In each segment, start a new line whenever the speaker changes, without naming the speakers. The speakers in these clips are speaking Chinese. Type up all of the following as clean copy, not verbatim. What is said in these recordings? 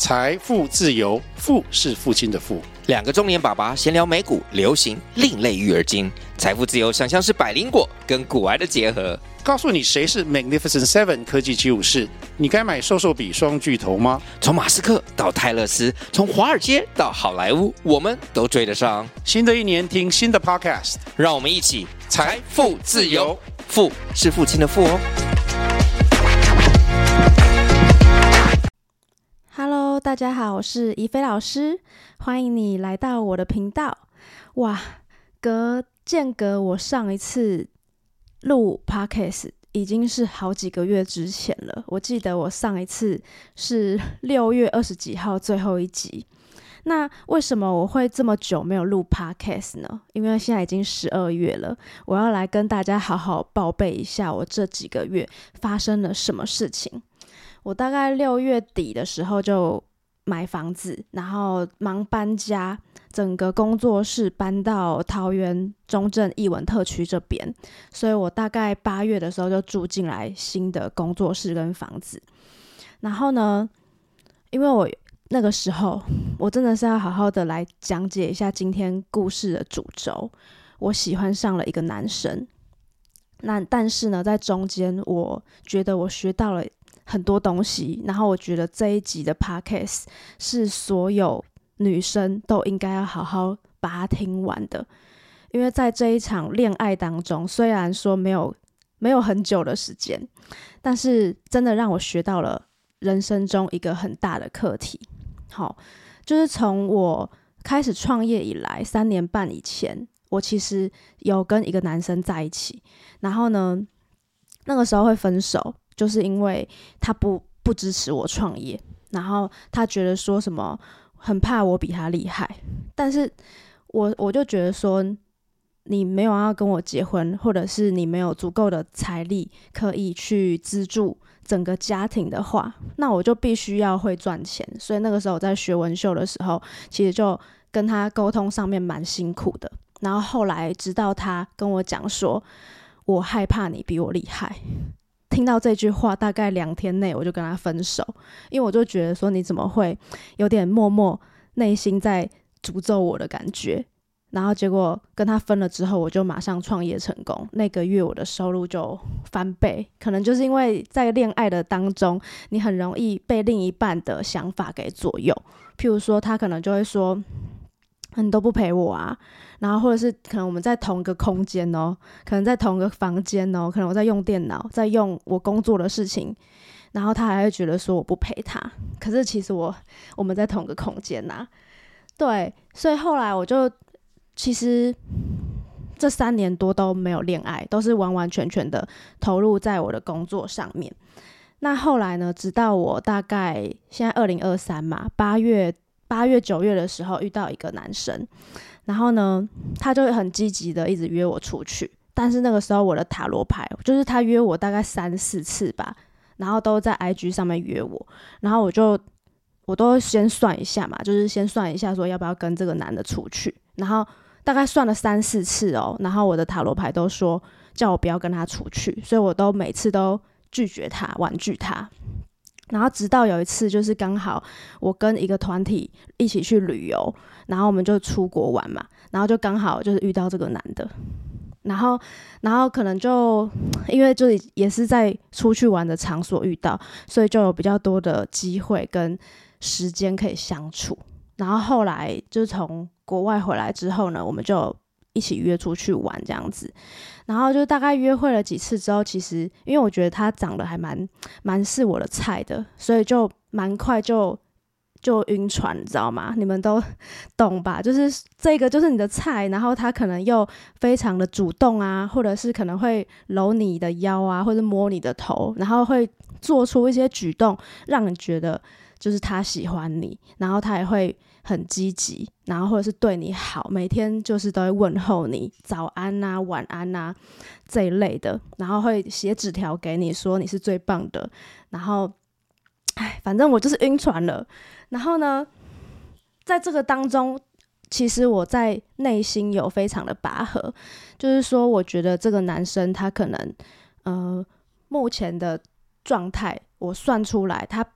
财富自由，富是父亲的富。
两个中年爸爸闲聊美股、流行、另类育儿经。财富自由想象是百灵果跟股癌的结合。
告诉你谁是 Magnificent Seven 科技75士，你该买瘦瘦比双巨头吗？
从马斯克到泰勒斯，从华尔街到好莱坞，我们都追得上。
新的一年听新的 Podcast，
让我们一起
财富自由，
富是父亲的富哦。
Hello， 大家好，我是怡菲老师，欢迎你来到我的频道。哇，间隔我上一次录 Podcast 已经是好几个月之前了。我记得我上一次是6月20几号最后一集。那为什么我会这么久没有录 Podcast 呢？因为现在已经12月了，我要来跟大家好好报备一下我这几个月发生了什么事情。我大概6月底的时候就买房子，然后忙搬家，整个工作室搬到桃园中正艺文特区这边，所以我大概8月的时候就住进来新的工作室跟房子。然后呢，因为我那个时候我真的是要好好的来讲解一下今天故事的主轴，我喜欢上了一个男生。但是呢，在中间我觉得我学到了很多东西，然后我觉得这一集的 podcast 是所有女生都应该要好好把它听完的。因为在这一场恋爱当中，虽然说没有很久的时间，但是真的让我学到了人生中一个很大的课题。好，就是从我开始创业以来3年半以前，我其实有跟一个男生在一起，然后呢，那个时候会分手，就是因为他不支持我创业，然后他觉得说什么很怕我比他厉害，但是我就觉得说，你没有要跟我结婚，或者是你没有足够的财力可以去资助整个家庭的话，那我就必须要会赚钱。所以那个时候我在学文秀的时候，其实就跟他沟通上面蛮辛苦的。然后后来直到他跟我讲说，我害怕你比我厉害。听到这句话，大概2天内我就跟他分手，因为我就觉得说，你怎么会有点默默内心在诅咒我的感觉。然后结果跟他分了之后，我就马上创业成功，那个月我的收入就翻倍。可能就是因为在恋爱的当中，你很容易被另一半的想法给左右，譬如说他可能就会说，你都不陪我啊，然后或者是可能我们在同一个空间哦，可能在同一个房间哦，可能我在用电脑，在用我工作的事情，然后他还会觉得说我不陪他，可是其实我们在同一个空间啊。对，所以后来我就其实这3年多都没有恋爱，都是完完全全的投入在我的工作上面。那后来呢，直到我大概现在2023嘛，8月9月的时候遇到一个男生，然后呢，他就很积极的一直约我出去，但是那个时候我的塔罗牌就是他约我大概3-4次吧，然后都在 IG 上面约我，然后我都先算一下嘛，就是先算一下说要不要跟这个男的出去，然后大概算了3-4次哦，然后我的塔罗牌都说叫我不要跟他出去，所以我都每次都拒绝他，婉拒他。然后直到有一次，就是刚好我跟一个团体一起去旅游，然后我们就出国玩嘛，然后就刚好就是遇到这个男的，然后可能就因为就也是在出去玩的场所遇到，所以就有比较多的机会跟时间可以相处。然后后来就是从国外回来之后呢，我们就一起约出去玩这样子，然后就大概约会了几次之后，其实因为我觉得他长得还蛮是我的菜的，所以就蛮快就晕船，你知道吗？你们都懂吧？就是这个就是你的菜，然后他可能又非常的主动啊，或者是可能会搂你的腰啊，或者摸你的头，然后会做出一些举动，让你觉得就是他喜欢你，然后他也会很积极，然后或者是对你好，每天就是都会问候你早安啊晚安啊这一类的，然后会写纸条给你说你是最棒的，然后反正我就是晕船了。然后呢，在这个当中其实我在内心有非常的拔河，就是说我觉得这个男生他可能目前的状态我算出来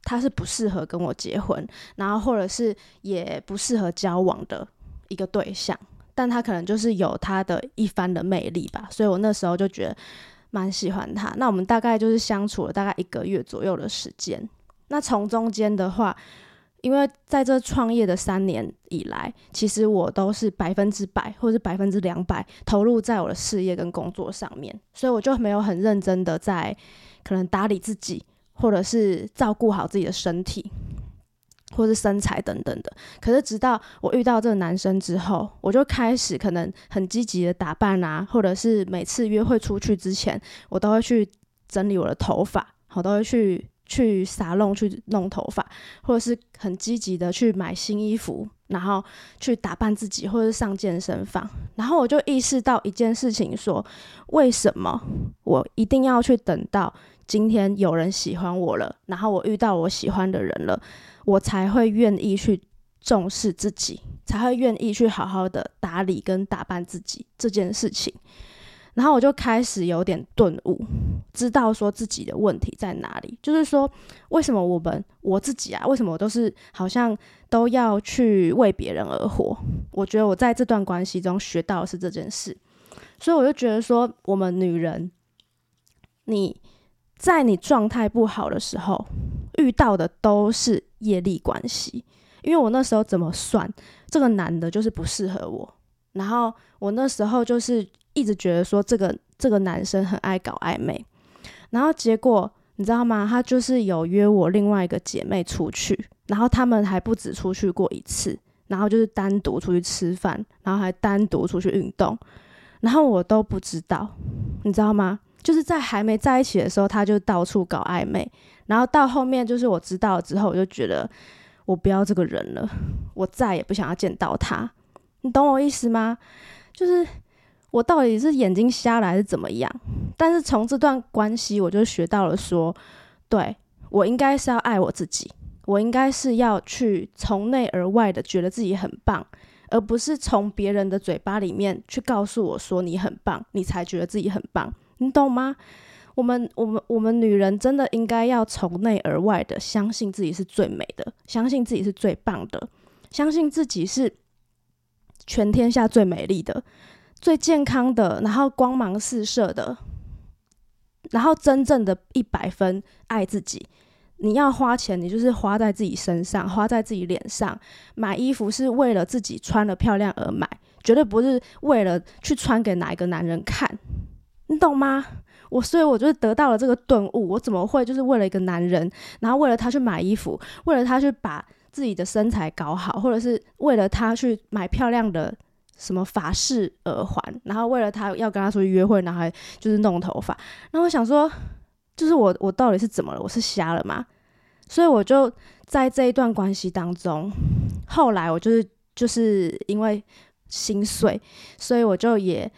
他是不适合跟我结婚，然后或者是也不适合交往的一个对象，但他可能就是有他的一番的魅力吧，所以我那时候就觉得蛮喜欢他。那我们大概就是相处了大概1个月左右的时间。那从中间的话，因为在这创业的3年以来，其实我都是100%或是200%投入在我的事业跟工作上面，所以我就没有很认真的在可能打理自己，或者是照顾好自己的身体，或是身材等等的。可是直到我遇到这个男生之后，我就开始可能很积极的打扮啊，或者是每次约会出去之前，我都会去整理我的头发，我都会去沙龙去弄头发，或者是很积极的去买新衣服，然后去打扮自己，或者是上健身房。然后我就意识到一件事情说，为什么我一定要去等到今天有人喜欢我了，然后我遇到我喜欢的人了，我才会愿意去重视自己，才会愿意去好好的打理跟打扮自己这件事情。然后我就开始有点顿悟，知道说自己的问题在哪里，就是说为什么我自己啊，为什么我都是好像都要去为别人而活。我觉得我在这段关系中学到的是这件事，所以我就觉得说，我们女人，你在你状态不好的时候遇到的都是业力关系。因为我那时候怎么算，这个男的就是不适合我，然后我那时候就是一直觉得说这个男生很爱搞暧昧，然后结果你知道吗？他就是有约我另外一个姐妹出去，然后他们还不止出去过1次，然后就是单独出去吃饭，然后还单独出去运动，然后我都不知道，你知道吗？就是在还没在一起的时候，他就到处搞暧昧，然后到后面就是我知道了之后，我就觉得我不要这个人了，我再也不想要见到他。你懂我意思吗？就是我到底是眼睛瞎了还是怎么样？但是从这段关系，我就学到了说，对，我应该是要爱我自己，我应该是要去从内而外的觉得自己很棒，而不是从别人的嘴巴里面去告诉我说你很棒，你才觉得自己很棒。你懂吗？我们女人真的应该要从内而外的相信自己是最美的，相信自己是最棒的，相信自己是全天下最美丽的，最健康的，然后光芒四射的，然后真正的100分爱自己。你要花钱，你就是花在自己身上，花在自己脸上。买衣服是为了自己穿了漂亮而买，绝对不是为了去穿给哪一个男人看，你懂吗？所以我就得到了这个顿悟，我怎么会就是为了一个男人，然后为了他去买衣服，为了他去把自己的身材搞好，或者是为了他去买漂亮的什么法式耳环，然后为了他要跟他出去约会，然后还就是弄头发。然后我想说，就是我到底是怎么了？我是瞎了吗？所以我就在这一段关系当中，后来我就是因为心碎，所以我就也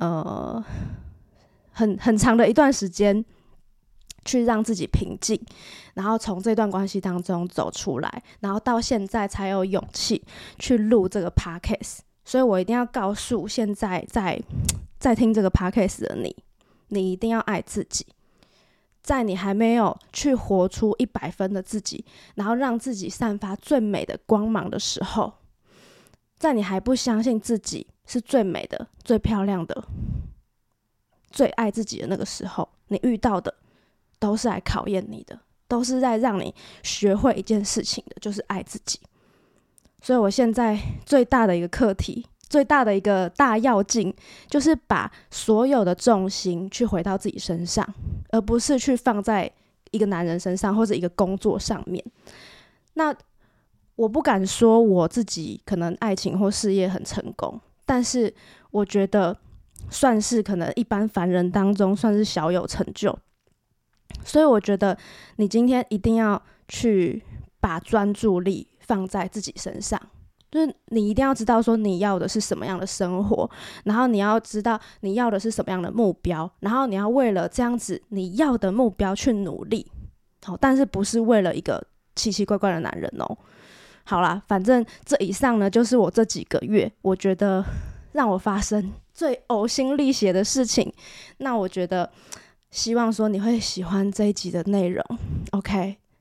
很长的一段时间去让自己平静，然后从这段关系当中走出来，然后到现在才有勇气去录这个 podcast。 所以我一定要告诉现在在听这个 podcast 的你一定要爱自己，在你还没有去活出100分的自己，然后让自己散发最美的光芒的时候，在你还不相信自己是最美的、最漂亮的、最爱自己的那个时候，你遇到的都是来考验你的，都是在让你学会一件事情的，就是爱自己。所以我现在最大的一个课题，最大的一个大要劲，就是把所有的重心去回到自己身上，而不是去放在一个男人身上或者一个工作上面。那我不敢说我自己可能爱情或事业很成功，但是我觉得算是可能一般凡人当中算是小有成就。所以我觉得你今天一定要去把专注力放在自己身上，就是你一定要知道说你要的是什么样的生活，然后你要知道你要的是什么样的目标，然后你要为了这样子你要的目标去努力，但是不是为了一个奇奇怪怪的男人哦。好啦，反正这以上呢，就是我这几个月我觉得让我发生最呕心沥血的事情。那我觉得希望说你会喜欢这一集的内容 OK，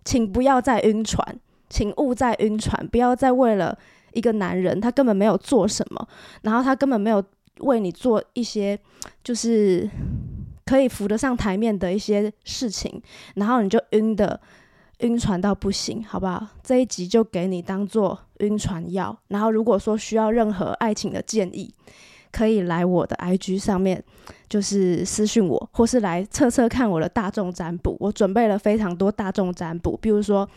请不要再晕船，请勿再晕船，不要再为了一个男人他根本没有做什么，然后他根本没有为你做一些就是可以浮得上台面的一些事情，然后你就晕船到不行，好不好？这一集就给你当做晕船药。然后如果说需要任何爱情的建议，可以来我的 IG 上面就是私讯我，或是来测看我的大众占卜。我准备了非常多大众占卜，譬如说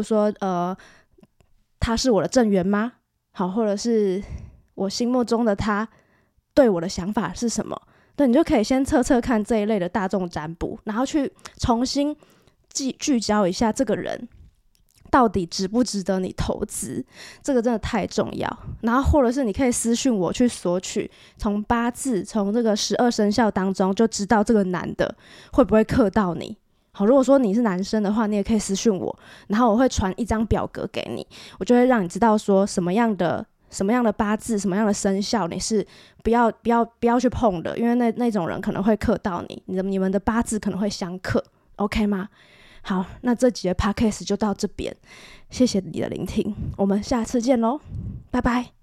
他是我的正缘吗？好，或者是我心目中的他对我的想法是什么？对，你就可以先测看这一类的大众占卜，然后去重新聚焦一下这个人到底值不值得你投资，这个真的太重要。然后或者是你可以私讯我去索取从八字，从这个12生肖当中就知道这个男的会不会克到你。好，如果说你是男生的话，你也可以私讯我，然后我会传一张表格给你，我就会让你知道说什么样的八字，什么样的生肖你是不要去碰的，因为那种人可能会克到你，你们的八字可能会相克 ，OK 吗？好，那这集的 Podcast 就到这边，谢谢你的聆听，我们下次见咯，拜拜。